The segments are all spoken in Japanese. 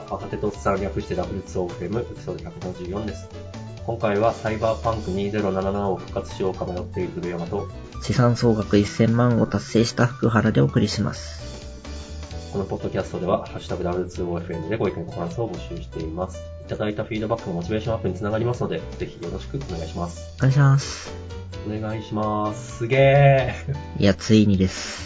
は若手とおっさん略して W2OFM エピソード174です。今回はサイバーパンク2077を復活しようか迷っている古山と資産総額1000万を達成した福原でお送りします。 このポッドキャストではハッシュタグ W2OFM でご意見ご感想を募集しています。いただいたフィードバックのモチベーションアップにつながりますのでぜひよろしくお願いします。 お願いします。 お願いします。すげー。いや、ついにです。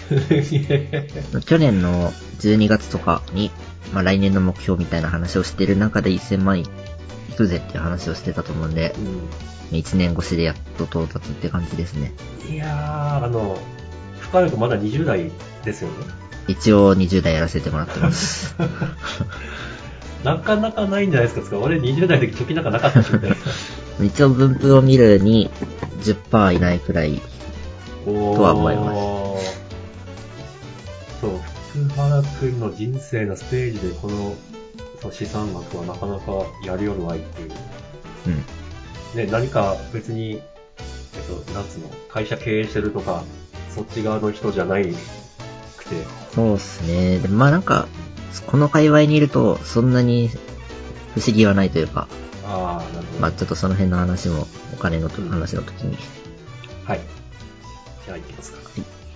去年の12月とかに、来年の目標みたいな話をしてる中で1000万いくぜっていう話をしてたと思うんで、1年越しでやっと到達って感じですね。 いやー、深谷君まだ20代ですよね。 一応20代やらせてもらってます。 なかなかないんじゃないですか。俺20代の時貯金なんかなかったしみたいな。 一応分布を見るに 10% いないくらいとは思います。 そう、福原くんの人生のステージでこの資産額はなかなかやるよるわいっていう。ね、何か別に、なんつうの、会社経営してるとか、そっち側の人じゃないくて。 そうっすね。でなんか、この界隈にいるとそんなに不思議はないというか。 ああ、なるほど。 ちょっとその辺の話も、お金の話の時に。 はい。じゃあ行きますか。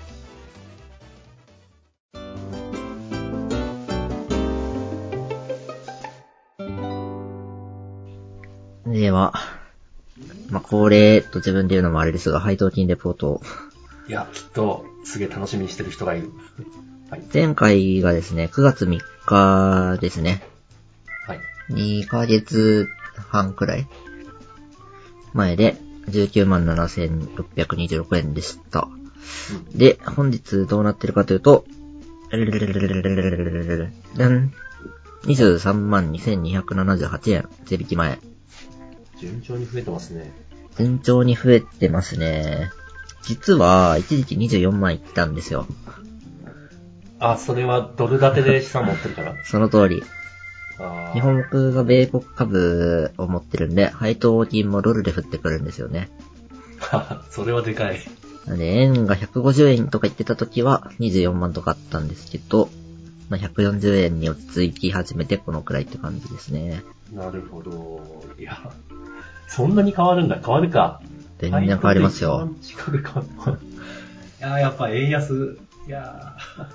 はい。では、恒例と自分で言うのもあれですが、配当金レポートを。 いや、きっと、すげえ楽しみにしてる人がいる。 はい。前回がですね、9月3日ですね。 はい。 2ヶ月半くらい前で、197,626 円でした。で、本日どうなってるかというと、232,278 円、税引き前。 順調に増えてますね。 順調に増えてますね。実は、一時期24万いったんですよ。 あ、それはドル建てで資産持ってるからその通り。日本僕が米国株を持ってるんで、配当金もドルで降ってくるんですよね。 それはでかい。 なんで、円が150円とか言ってた時は24万とかあったんですけど、140円に落ち着き始めてこのくらいって感じですね。 なるほど。いや、そんなに変わるんだ。変わるか。 全然変わりますよ。 近く変わる。いや、やっぱ円安。いや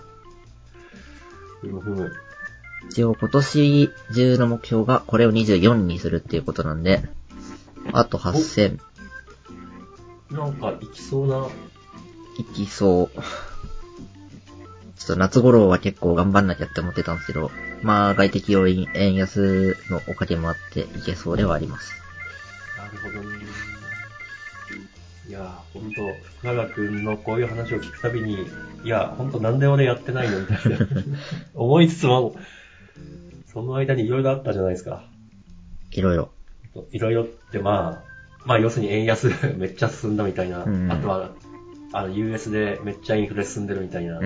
ふむふむ。 一応今年中の目標がこれを24にするっていうことなんで、あと8000。 なんかいきそうな。 いきそう。ちょっと夏頃は結構頑張んなきゃって思ってたんですけど、外的要因、円安のおかげもあっていけそうではあります。 なるほどね。いやほんと、福原くんのこういう話を聞くたびに、いや、ほんとなんで俺やってないのみたいな思いつつも、その間にいろいろあったじゃないですか。 いろいろ。 いろいろって要するに円安めっちゃ進んだみたいな。あとは、US でめっちゃインフレ進んでるみたいな。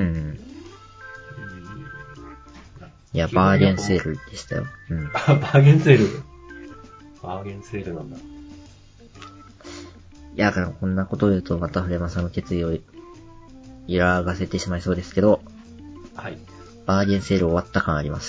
いや、バーゲンセールでしたよ。 バーゲンセール。バーゲンセールなんだ。 いや、こんなことを言うとまたフレマさんの決意を揺らがせてしまいそうですけど、 はい。 バーゲンセール終わった感あります。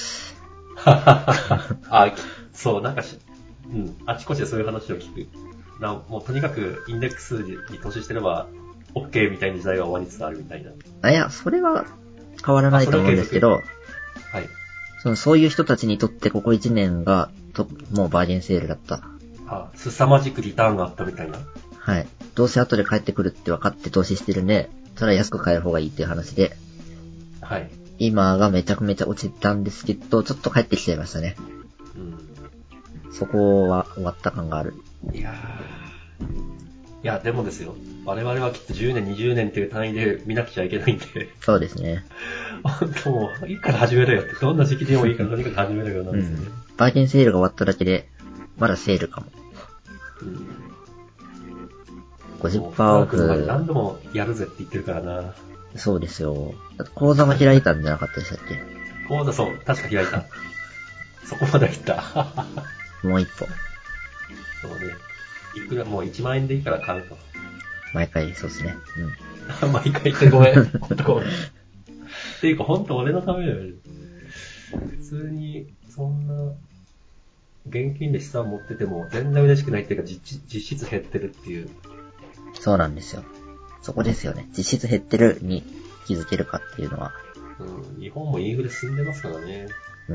そう、なんかあちこちでそういう話を聞く。もうとにかくインデックスに投資してれば OK みたいな時代が終わりつつあるみたいな。 いや、それは変わらないと思うんですけど、はい。そういう人たちにとってここ1年がもうバーゲンセールだった。 凄まじくリターンがあったみたいな。 はい。どうせ後で帰ってくるって分かって投資してるんで、それは安く買える方がいいっていう話で。 はい。 今がめちゃくちゃ落ちたんですけど、ちょっと帰ってきちゃいましたね。そこは終わった感がある。 いや、でもですよ。我々はきっと10年、20年っていう単位で見なくちゃいけないんで。 そうですね。 本当もう、いいから始めろよって。どんな時期でもいいからとにかく始めろよなんですよね。 バーゲンセールが終わっただけで、まだセールかも。50% オフ。 何度もやるぜって言ってるからな。 そうですよ。講座も開いたんじゃなかったでしたっけ？ 講座そう、確か開いた。そこまで行った。 もう一歩。 そうね。いくら、もう1万円でいいから買うと。 毎回、そうですね。 毎回言ってごめん。ほんとごめん。っていうか、ほんと俺のためだよ。 普通に、そんな、現金で資産持ってても全然嬉しくないっていうか、実質減ってるっていう。 そうなんですよ。そこですよね。実質減ってるに気づけるかっていうのは。 うん、日本もインフレ進んでますからね。 うん。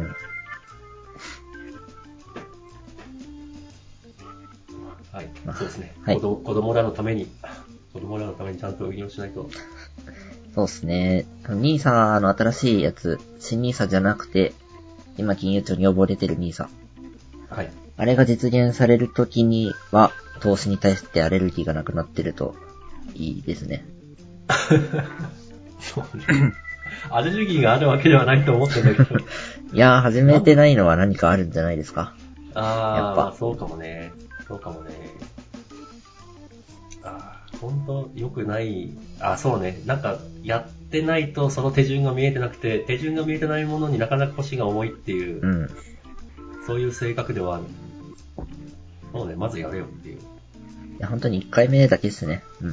はい、そうですね。 はい、 子供らのためにちゃんと運用しないと。 そうですね。NISA の新しいやつ、新 NISA じゃなくて、今金融庁に要望出てる NISA。 はい。 あれが実現されるときには、投資に対してアレルギーがなくなってるといいですね。 そうね。アレルギーがあるわけではないと思ってんだけど。いやー、始めてないのは何かあるんじゃないですか。 やっぱ。そうかもね。ほんと良くない。そうね。なんか、やってないとその手順が見えてなくて、手順が見えてないものになかなか腰が重いっていう、 うん。 そういう性格ではある。そうね、まずやれよっていう。いや、本当に1回目だけですね。うん。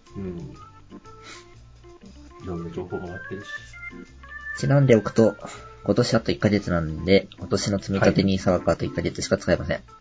いろんな情報もらってるし。 ちなんでおくと、今年あと1ヶ月なんで、今年の積み立て NISA 枠あと1ヶ月しか使えません。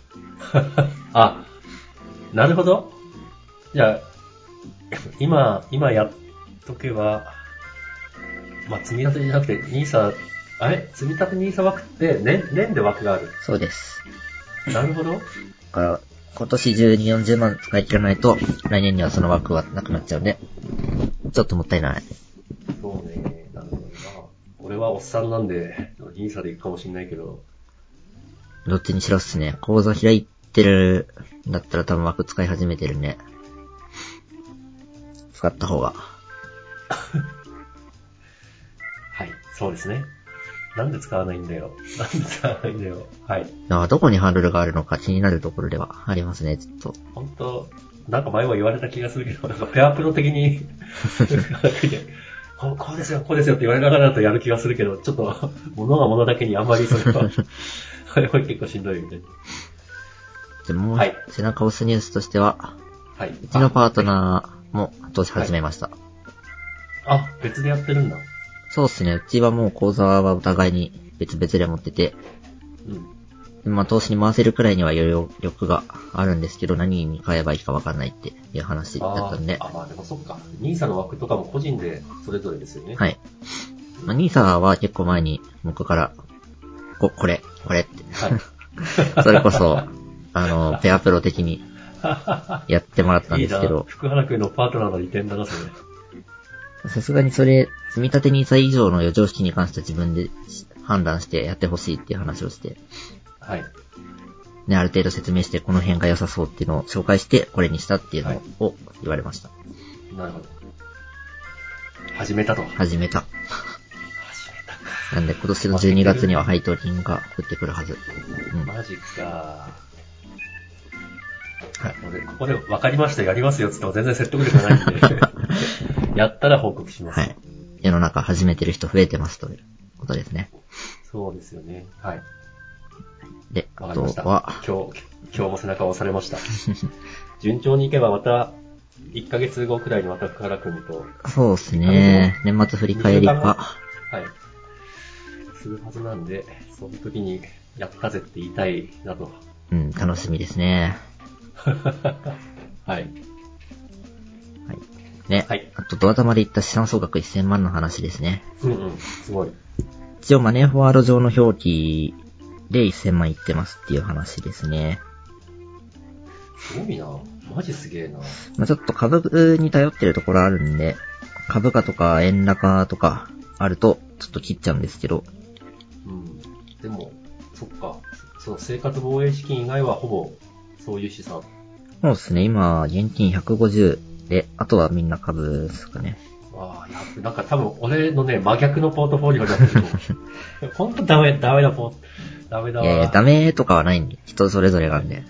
なるほど。じゃあ、今やっとけば、積み立てじゃなくて NISA、積み立て NISA 枠って年で枠がある。 そうです。 なるほど。 だから、今年中に40万使い切らないと、来年にはその枠はなくなっちゃうんで、ちょっともったいない。 そうね、なるほどな。俺はおっさんなんで、NISA で行くかもしんないけど。 どっちにしろっすね。口座開いてるんだったら多分枠使い始めてるんで、使った方が。 はい、そうですね。なんで使わないんだよ。はい。 どこにハンドルがあるのか気になるところではありますね、ちょっと。 本当なんか前も言われた気がするけど、なんかペアプロ的にこうですよって言われながらだとやる気がするけど、ちょっと、物が物だけにあんまりそれは、それは結構しんどいみたいな。 でも、背中押すニュースとしては、 はい。 うちのパートナーも投資始めました。 別でやってるんだ。 そうっすね。うちはもう口座はお互いに別々で持ってて、投資に回せるくらいには余力があるんですけど、何に買えばいいか分かんないっていう話だったんで。 でもそっか。NISA の枠とかも個人でそれぞれですよね。 はい。NISA は結構前に僕から、これって。はい。それこそ、ペアプロ的にやってもらったんですけど。 いいな、福原くんのパートナーの利点だな、それ。 さすがにそれ、積み立て NISA 以上の余剰資金に関しては自分で判断してやってほしいっていう話をして。 はい。 ね、ある程度説明してこの辺が良さそうっていうのを紹介してこれにしたっていうのを言われました。 なるほど。始めた。 なんで今年の12月には配当金が降ってくるはず。 マジか。はい。ここで分かりました、やりますよって言っても全然説得力がないんで、やったら報告します。 はい。世の中始めてる人増えてますということですね。 そうですよね。はい。 で、あとは、 今日も背中を押されました。順調にいけばまた、1ヶ月後くらいにまた福原くんと。 そうですね。年末振り返りか。 はい。するはずなんで、その時にやったぜって言いたいなと。 楽しみですね。 はい。 ね。はい。あと、ドア玉で言った資産総額1000万の話ですね。 すごい。 一応マネーフォワード上の表記で1000万いってますっていう話ですね。 すごいな。マジすげえな。 ちょっと株に頼ってるところあるんで、株価とか円高とかあるとちょっと切っちゃうんですけど。 でも、そっか。その生活防衛資金以外はほぼそういう資産。 そうですね。今、現金150で、あとはみんな株ですかね。 なんか多分俺のね、真逆のポートフォリオだったけど。ほんとダメだわ。 いや、ダメとかはないんで、人それぞれなんで。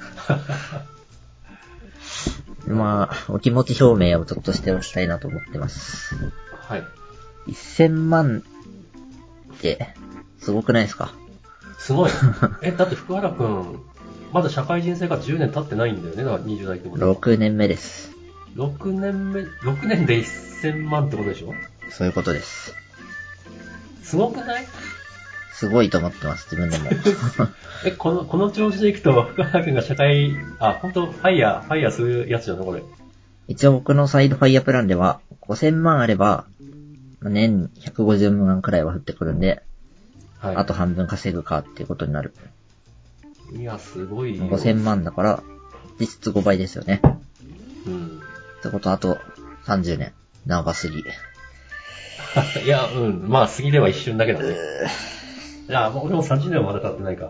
お気持ち表明をちょっとしておきたいなと思ってます。 はい。 1000万って、すごくないですか？ すごい。だって福原くん、まだ社会人生活10年経ってないんだよね、だから20代ってことは。 6年目です。 6年で1000万ってことでしょ？ そういうことです。 すごくない？ すごいと思ってます、自分でも。 この調子でいくと、福原くんが本当ファイヤーするやつじゃん、これ。 一応僕のサイドファイヤープランでは、5000万あれば、年150万くらいは降ってくるんで、はい、あと半分稼ぐかっていうことになる。 いや、すごいよ。 5000万だから、実質5倍ですよね。 うん。 ってことはあと30年。長すぎ。 いや、うん。まあ、過ぎれば一瞬だけどね。いや、俺も30年はまだ経ってないか。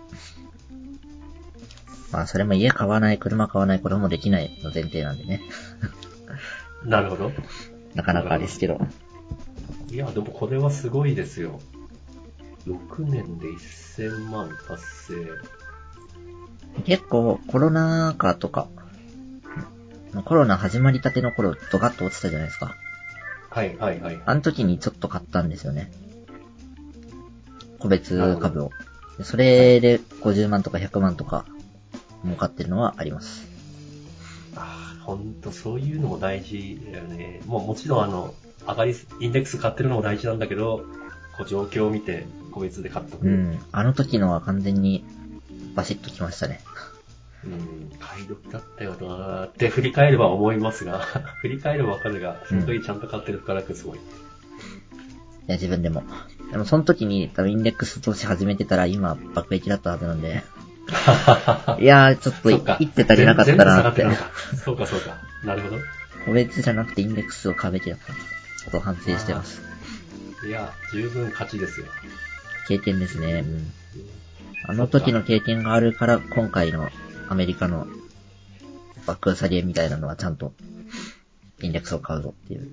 まあ、それも家買わない、車買わない、これもできないの前提なんでね。 なるほど。 なかなかですけど。 いや、でもこれはすごいですよ。6年で1000万達成。 結構、コロナ禍とか、コロナ始まりたての頃、ドカッと落ちたじゃないですか。 はいはいはい。 あの時にちょっと買ったんですよね。個別株を。それで50万とか100万とか儲かってるのはあります。 ほんとそういうのも大事だよね。もちろんインデックス買ってるのも大事なんだけど、状況を見て個別で買っとく。 あの時のは完全にバシッときましたね。 買い時だったよなーって振り返れば思いますが、振り返ればわかるが、その時ちゃんと買ってるからすごい。いや、自分でも。でもその時に多分インデックス投資始めてたら今爆撃だったはずなんで。いやー、ちょっと言って足りなかったなって。 そうか。なるほど。 個別じゃなくてインデックスを買うべきだったと反省してます。 いや、十分勝ちですよ。 経験ですね。あの時の経験があるから今回のアメリカの爆下げみたいなのはちゃんとインデックスを買うぞっていう。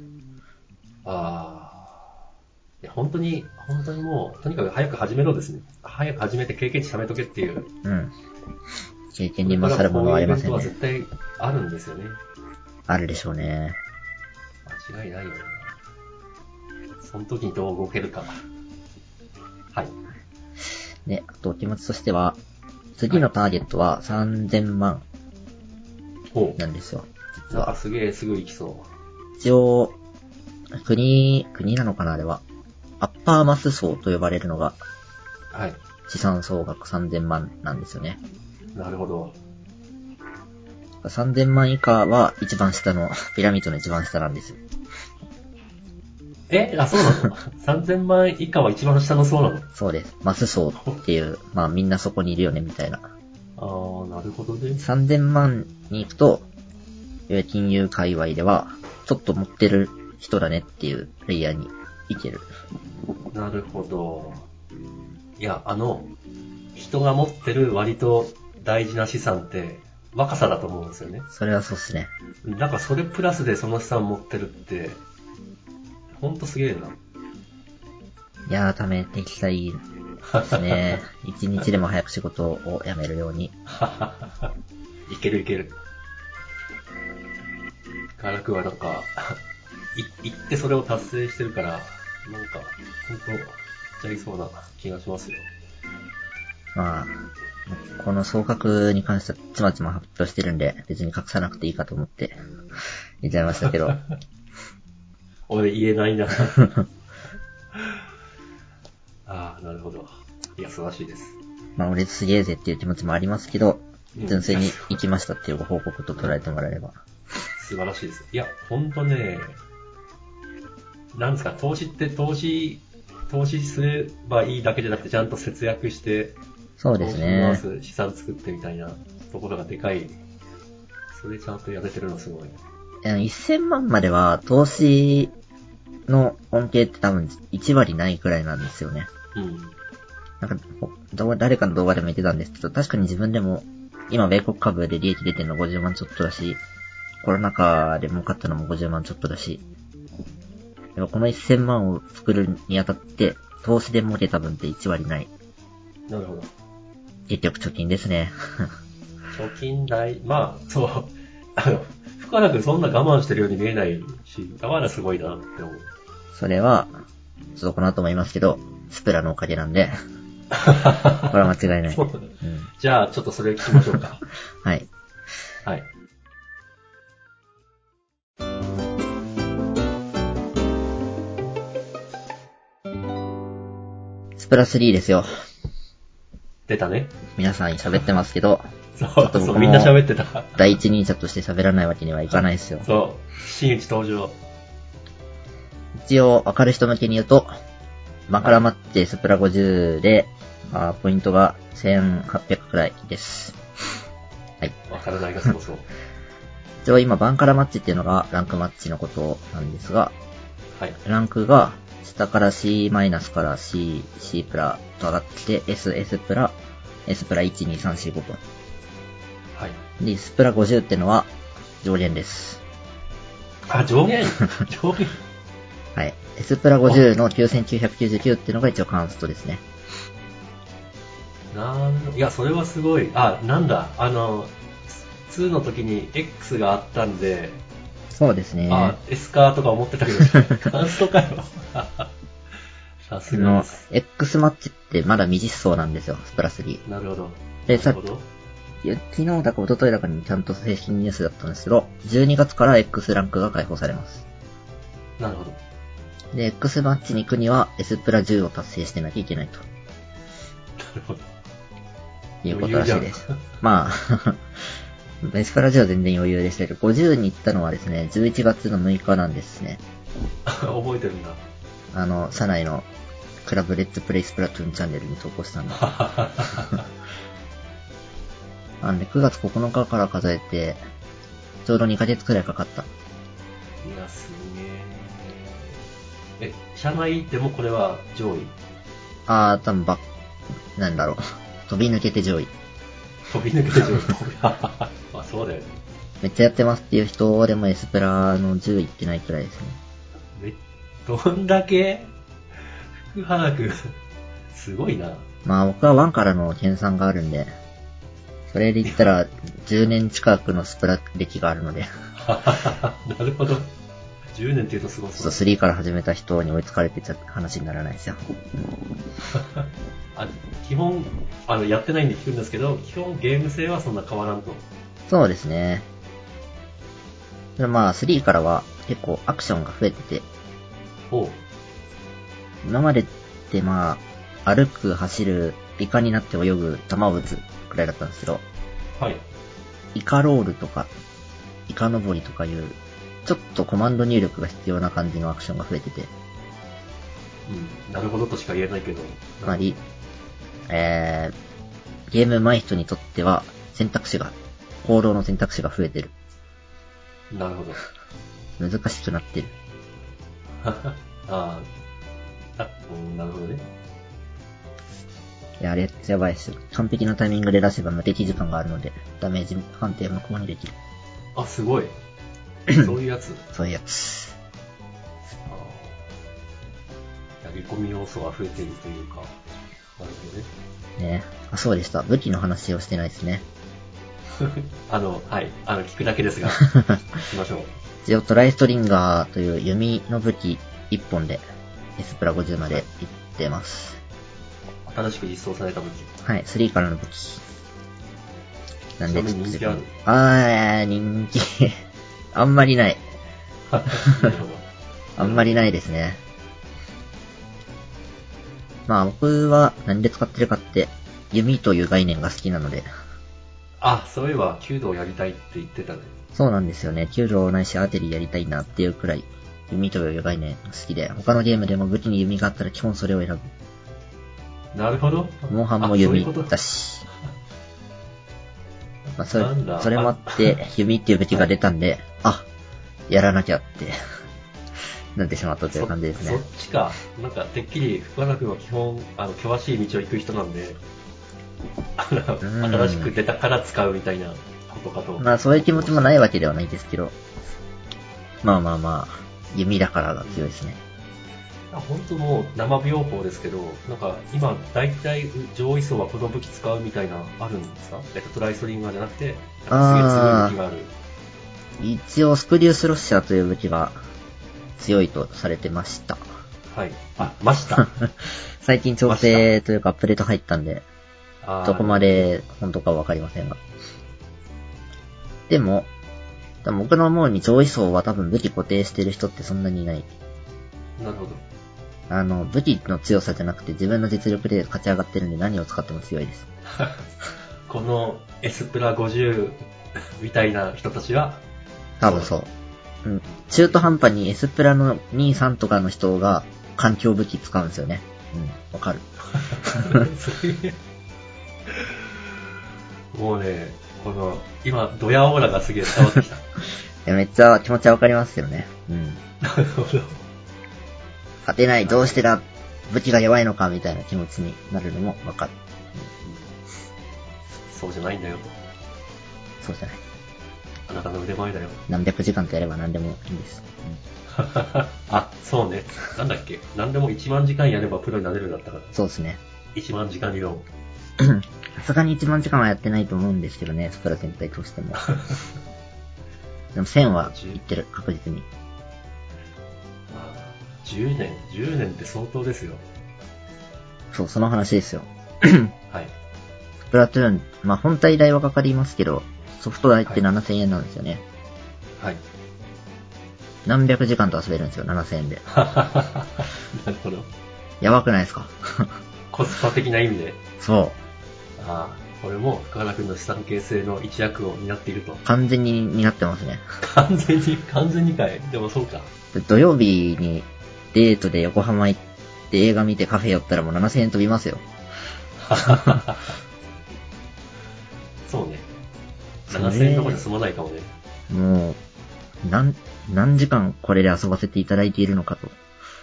いや本当にもう、とにかく早く始めろですね。早く始めて経験値貯めとけっていう。 経験に勝るものはありませんね。 こういうイベントは絶対あるんですよね。 あるでしょうね。 間違いないよね。その時にどう動けるか。はい。 で、あと気持ちとしては、次のターゲットは3000万なんですよ。 実は。すげえすぐ行きそう。 一応、国なのかなあれは。アッパーマス層と呼ばれるのが、 はい。 資産総額3000万なんですよね。 なるほど。 3000万以下は一番下の、ピラミッドの一番下なんですよ。 そうなの3000万以下は一番下の層なの？ そうです。マス層っていう、まあみんなそこにいるよねみたいな。 なるほどね。 3000万に行くと、金融界隈では、ちょっと持ってる人だねっていうプレイヤーに行ける。 なるほど。いや、人が持ってる割と大事な資産って、若さだと思うんですよね。 それはそうっすね。 なんかそれプラスでその資産持ってるって、ほんとすげえな。 いやー、貯めていきたいですね。一日でも早く仕事を辞めるように。 いける。ガラクはなんか、行ってそれを達成してるから、なんか、ほんと、やりそうな気がしますよ。 まあ、この総額に関してはちまちま発表してるんで、別に隠さなくていいかと思って言っちゃいましたけど。 俺言えないな。なるほど。いや、素晴らしいです。 まあ、俺すげえぜっていう気持ちもありますけど、純粋に行きましたっていうご報告と捉えてもらえれば。 素晴らしいです。いや、ほんとね、なんですか、投資って投資すればいいだけじゃなくて、ちゃんと節約して、 そうですね。 投資回す資産作ってみたいなところがでかい。それちゃんとやれてるのすごい。 1000万までは投資の恩恵って多分1割ないくらいなんですよね。なんか、誰かの動画でも言ってたんですけど、確かに自分でも、今米国株で利益出てるの50万ちょっとだし、コロナ禍で儲かったのも50万ちょっとだし、でもこの1000万を作るにあたって、投資で儲けた分って1割ない。 なるほど。 結局貯金ですね。 貯金まあ、そう。福原くんそんな我慢してるように見えないし、我慢すごいなって思う。 それは、ちょっとこの後も言いますけど、スプラのおかげなんで、これは間違いない。 そうだね。じゃあ、ちょっとそれ聞きましょうか。 はい。 はい。 スプラ3ですよ。 出たね。 皆さんに喋ってますけど、 そう、みんな喋ってた。 第一人者として喋らないわけにはいかないですよ。 そう、真打ち登場。 一応、わかる人向けに言うと、バンカラマッチスプラ50で、ポイントが1800くらいです。はい。 わからないがそうそう。 一応今、バンカラマッチっていうのがランクマッチのことなんですが、 はい。 ランクが、下から C- から C プラと上がってきて、S プラ、S プラ1、2、3、4、5と。 はい。 で、S プラ50ってのは上限です。 あ、上限上限はい。S プラ50の9999ってのが一応カンストですね。 いや、それはすごい。なんだ、2の時に X があったんで、 そうですね。 S カーとか思ってたけど、カンストかよ。さすがです。 X マッチってまだ未実装なんですよ、スプラ3。 なるほど。 で、昨日だか一昨日だかにちゃんと正式ニュースだったんですけど、12月から X ランクが開放されます。 なるほど。 で、X マッチに行くには S プラ10を達成してなきゃいけないと。 なるほど。 いうことらしいです。まあ、S プラ10は全然余裕でしたけど、50に行ったのはですね、11月の6日なんですね。 覚えてるんだ。 社内のクラブレッツプレイスプラトゥーンチャンネルに投稿したんだ。なんで9月9日から数えて、ちょうど2ヶ月くらいかかった。 いや、すげえ。社内でもこれは上位？ 多分なんだろう。飛び抜けて上位。 飛び抜けて上位。そうだよね。 めっちゃやってますっていう人でも S プラの10位ってないくらいですね。 どんだけ福原くん、すごいな。 まあ僕は1からの研鑽があるんで、それで言ったら10年近くのスプラ歴があるので。 なるほど。10年って言うとすごそう。 3から始めた人に追いつかれてちゃ話にならないですよ。 基本、やってないんで聞くんですけど、基本ゲーム性はそんな変わらんと。 そうですね。まあ3からは結構アクションが増えてて、今までってまあ、歩く、走る、イカになって泳ぐ、弾を撃つくらいだったんですけど、 はい。 イカロールとか、イカ登りとかいう、ちょっとコマンド入力が必要な感じのアクションが増えてて。 うん、なるほどとしか言えないけど。 つまり、ゲーム上手い人にとっては、行動の選択肢が増えてる。 なるほど。難しくなってる。 なるほどね。 いや、あれやばいですよ。完璧なタイミングで出せば無敵時間があるので、ダメージ判定無効にできる。 すごい。そういうやつ。 そういうやつ。 やり込み要素が増えているというか。なるほどね。 ね。そうでした。武器の話をしてないですね。 はい。聞くだけですが。行きましょう。 一応トライストリンガーという弓の武器1本で S プラ50まで行ってます。 新しく実装された武器。 はい、3からの武器。なんで人気ある？ 人気。あんまりない。あんまりないですね。まあ僕は何で使ってるかって、弓という概念が好きなので。 そういえば、弓道やりたいって言ってたね。 そうなんですよね。弓道ないしアーティリーやりたいなっていうくらい、弓という概念が好きで、他のゲームでも武器に弓があったら基本それを選ぶ。 なるほど。 モンハンも弓だし。まあそれもあって、弓っていう武器が出たんで、やらなきゃってなってしまったという感じですね。 そっちか。なんか、てっきり福原君は基本、険しい道を行く人なんで、新しく出たから使うみたいなことかと。 まあそういう気持ちもないわけではないですけど、まあ、弓だからが強いですね。 本当もう生病法ですけど、なんか今大体上位層はこの武器使うみたいなあるんですか？トライストリンガーじゃなくて、すげえ強い武器がある。 一応スプリュースロッシャーという武器が強いとされてました。 はい。ました。 最近調整というかアップデート入ったんで、どこまで本当かわかりませんが。でも僕の思うに上位層は多分武器固定してる人ってそんなにいない。 なるほど。 武器の強さじゃなくて自分の実力で勝ち上がってるんで何を使っても強いです。 この S プラ50みたいな人たちは多分そう。うん。中途半端に S プラの2、3とかの人が環境武器使うんですよね。うん、わかる。 もうね、今、ドヤオーラがすげえ伝わってきた。いや、めっちゃ気持ちはわかりますよね。うん。 なるほど。 勝てない、どうしてだ、武器が弱いのか、みたいな気持ちになるのもわかる。 そうじゃないんだよと。 そうじゃない。 あなたの腕前だよ。 何百時間とやれば何でもいいんです。 うん、あ、そうね。なんだっけ。何でも1万時間やればプロになれるんだったから。 そうですね。 1万時間理論。 さすがに1万時間はやってないと思うんですけどね、スプラ全体としても。でも1000はいってる、確実に。 10年って相当ですよ。 そう、その話ですよ。 はい。 スプラトゥーン、まあ本体代はかかりますけど、ソフト代って7000円なんですよね。 はい。 何百時間と遊べるんですよ、7000円で。 なるほど。 やばくないですか？ コスパ的な意味で。 そう。 ああ、これも深原君の資産形成の一役を担っていると。 完全に担ってますね。 完全にかい。でもそうか。 土曜日にデートで横浜行って映画見てカフェ寄ったらもう7000円飛びますよ。 そうね。7000円どころじゃ済まないかもね。 もう、何時間これで遊ばせていただいているのかと。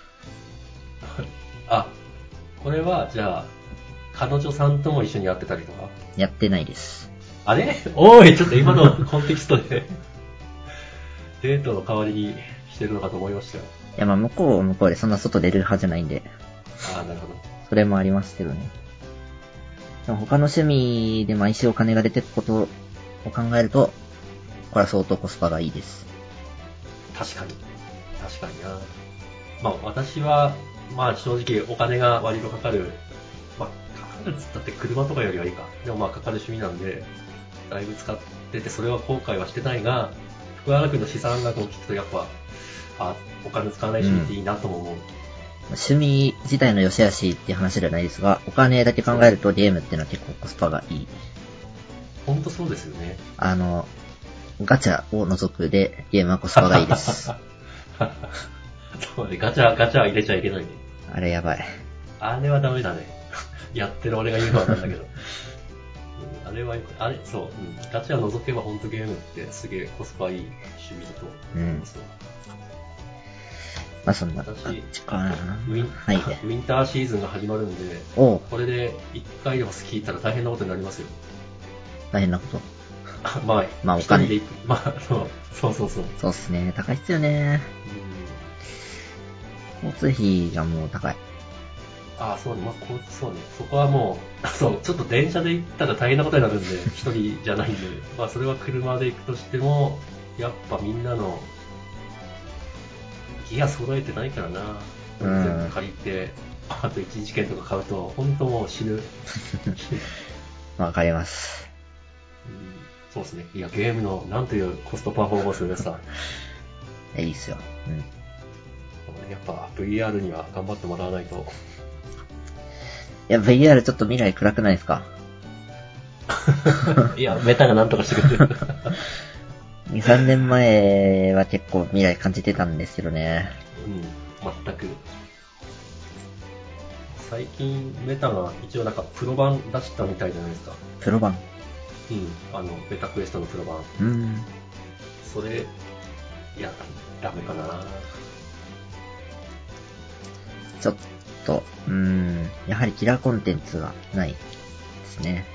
あ、これは、じゃあ、彼女さんとも一緒にやってたりとか？ やってないです。 あれ？おい、ちょっと今のコンテキストで、デートの代わりにしてるのかと思いましたよ。 いや、まあ向こうは向こうでそんな外出る派じゃないんで。 ああ、なるほど。 それもありますけどね。でも他の趣味で毎週お金が出てくことを考えると、これは相当コスパがいいです。 確かにな。まあ私は、まあ正直お金が割とかかる、まあかかるっつったって車とかよりはいいか。でもまあかかる趣味なんで、だいぶ使っててそれは後悔はしてないが、福原君の資産額を聞くとやっぱ、お金使わない趣味っていいなとも思う。 趣味自体の良し悪しっていう話じゃないですが、お金だけ考えるとゲームっていうのは結構コスパがいい。 ほんとそうですよね。 ガチャを除くでゲームはコスパがいいです。 そうね、ガチャ入れちゃいけないね。 あれやばい。 あれはダメだね。やってる俺が言うのはなんだけど。あれは、そう、ガチャ除けばほんとゲームってすげえコスパいい趣味だと思いますよ。 まあそんな感じかな。 ウィンターシーズンが始まるんで、 これで一回でもスキー行ったら大変なことになりますよ。 大変なことまあ、お金で行く。まあ、そう。 そうっすね。高いっすよね。交通費がもう高い。 そうね。まあ、そうね。そこはもう、ちょっと電車で行ったら大変なことになるんで、一人じゃないんで、まあ、それは車で行くとしても、やっぱみんなの、ギア揃えてないからな。全部借りて、あと一時券とか買うと、本当もう死ぬ。 わかります。 そうですね。いや、ゲームの、なんというコストパフォーマンスでさ。 いいっすよ。 やっぱ VR には頑張ってもらわないと。 いや、VR ちょっと未来暗くないですか？ いや、メタがなんとかしてくれる。 2、3年前は結構未来感じてたんですけどね。 全く。最近メタが一応なんかプロ版出したみたいじゃないですか。 プロ版？ メタクエストのプロ版。それ、いや、ダメかな。 ちょっと、やはりキラーコンテンツがないですね。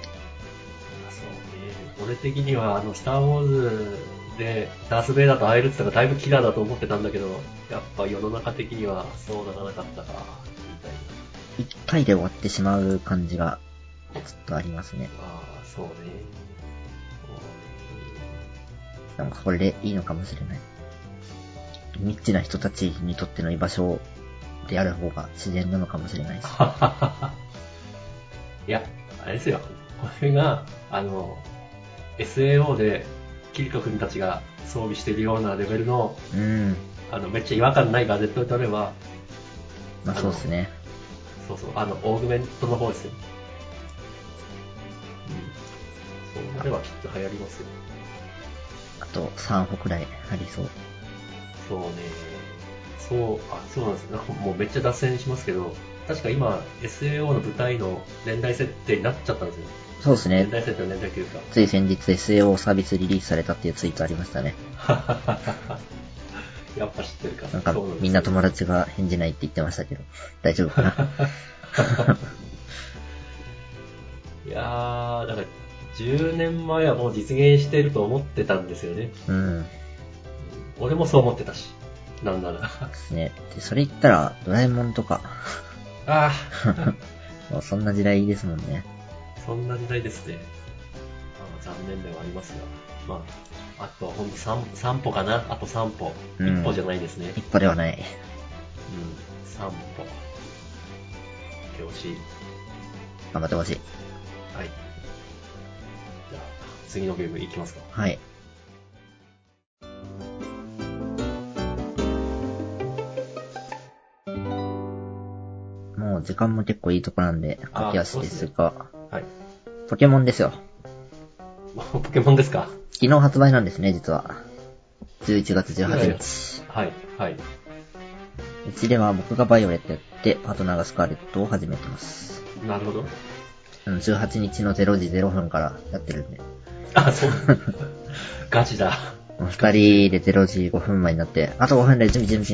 そうね。俺的にはスターウォーズでダース・ベイダーと会えるって言ったらだいぶキラーだと思ってたんだけど、やっぱ世の中的にはそうならなかったか、みたいな。 一回で終わってしまう感じが、ちょっとありますね。 そうね。 なんかこれでいいのかもしれない。ニッチな人たちにとっての居場所である方が自然なのかもしれないです。 いや、あれですよ。これが、SAO で、キリト君たちが装備してるようなレベルの、めっちゃ違和感ないガジェットを取れば、 まあそうですね。 そう、オーグメントの方ですよ。それはきっと流行りますよ。 あと3歩くらいありそう。 そうね。そうなんですよ。もうめっちゃ脱線しますけど、確か今、SAO の舞台の年代設定になっちゃったんですよ。 そうですね。 年代設定の年代というか。 つい先日 SAO サービスリリースされたっていうツイートありましたね。 やっぱ知ってるか。 なんかみんな友達が返事ないって言ってましたけど、大丈夫かな。 いやー、だから10年前はもう実現してると思ってたんですよね。 うん。 俺もそう思ってたし、なんなら。 ですね。で、それ言ったら、ドラえもんとか。 あもうそんな時代ですもんね。 そんな時代ですね。残念ではありますが。まあ、あとほんと3歩かな。あと3歩。1歩じゃないですね。 1歩ではない。 3歩。来てほしい。 頑張ってほしい。 はい。じゃあ、次のゲームいきますか。 はい。もう時間も結構いいとこなんで、駆け足ですが、 はい。 ポケモンですよ。 ポケモンですか？ 昨日発売なんですね、実は。11月18日。 はい、はい。 うちでは僕がバイオレットやって、パートナーがスカーレットを始めてます。 なるほど。 18日の0時0分からやってるんで。 あ、そう。ガチだ。 2人で0時5分前になって、あと5分で準備。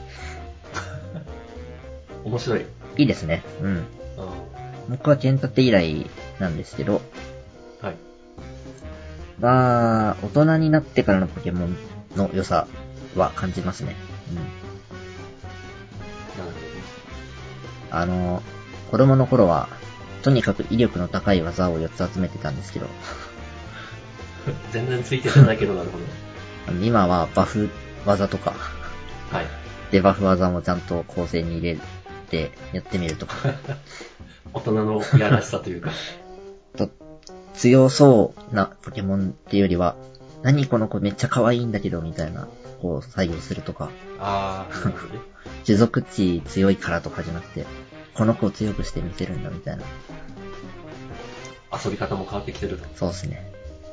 面白い。 いいですね。うん。僕は剣立て以来なんですけど、 はい。 まあ、大人になってからのポケモンの良さは感じますね。 なるほど。 子供の頃は、とにかく威力の高い技を4つ集めてたんですけど。 全然ついててないけど、なるほど。今はバフ技とか、 はい。 デバフ技もちゃんと構成に入れてやってみるとか。 大人のやらしさというか。 強そうなポケモンっていうよりは、何この子めっちゃ可愛いんだけど、みたいな、こう、採用するとか。 あー、なるほどね。 持続値強いからとかじゃなくて、この子を強くしてみせるんだ、みたいな。 遊び方も変わってきてると。 そうですね。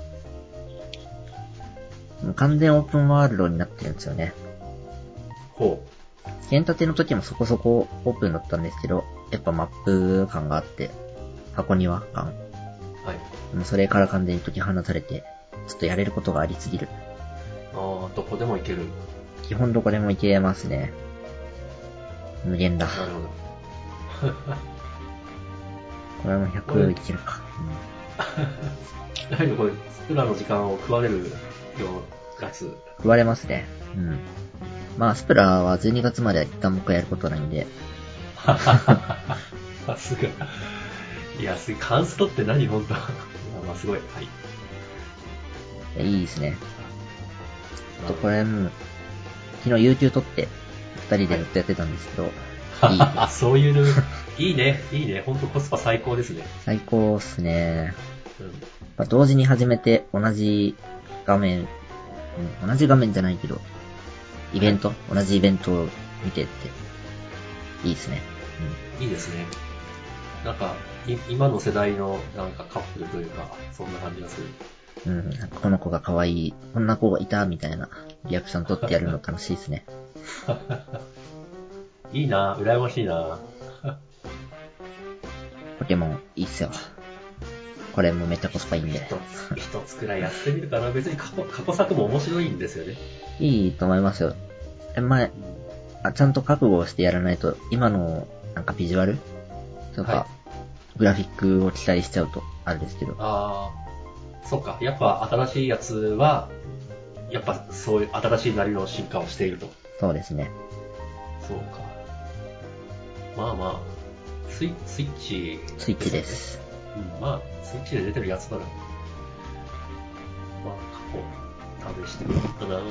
もう完全オープンワールドになってるんですよね。 ほう。剣立ての時もそこそこオープンだったんですけど、やっぱマップ感があって、箱庭感。 はい。 もうそれから完全に解き放たれて、ちょっとやれることがありすぎる。 どこでも行ける。 基本どこでも行けますね。無限だ。 なるほど。 これも100いけるか。 やはりこれ、スプラの時間を食われるようなやつ。 食われますね。まあ、スプラは12月までは一旦僕はやることないんで。 さすが。いや、カンストって何ほんと。いや、まあすごい。はい。 いいですね。これも、昨日有給取って、二人でずっとやってたんですけど。 あ、そういうルール。いいね。ほんとコスパ最高ですね。 最高っすね。同時に始めて同じ画面じゃないけど、イベント、同じイベントを見てって、いいですね。 いいですね。なんか、今の世代のなんかカップルというか、そんな感じがする。 この子が可愛い、こんな子がいた、みたいなリアクション取ってやるの楽しいですね。 いいな、羨ましいな。 ポケモン、いいっすよ。これもめっちゃコスパいいんで。 一つくらいやってみるかな。別に過去作も面白いんですよね。 いいと思いますよ。ちゃんと覚悟をしてやらないと、今の、なんかビジュアルとか、グラフィックを期待しちゃうと、あれですけど。 そっか。やっぱ新しいやつは、やっぱそういう新しいなりの進化をしていると。 そうですね。 そうか。まあまあ、スイッチ、 スイッチです。 まあ、スイッチで出てるやつなら、まあ、過去、試してみようかな。はい。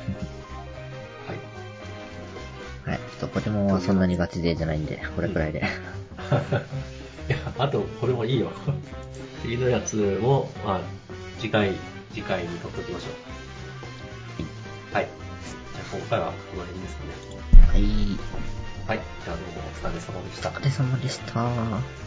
はい。ポケモンはそんなにガチ勢じゃないんで、これくらいで。 いや、あと、これもいいよ。次のやつも、まあ、次回に撮っておきましょう。はい。じゃあ、今回はこの辺ですかね。 はい。 はい。じゃあどうもお疲れ様でした。 お疲れ様でした。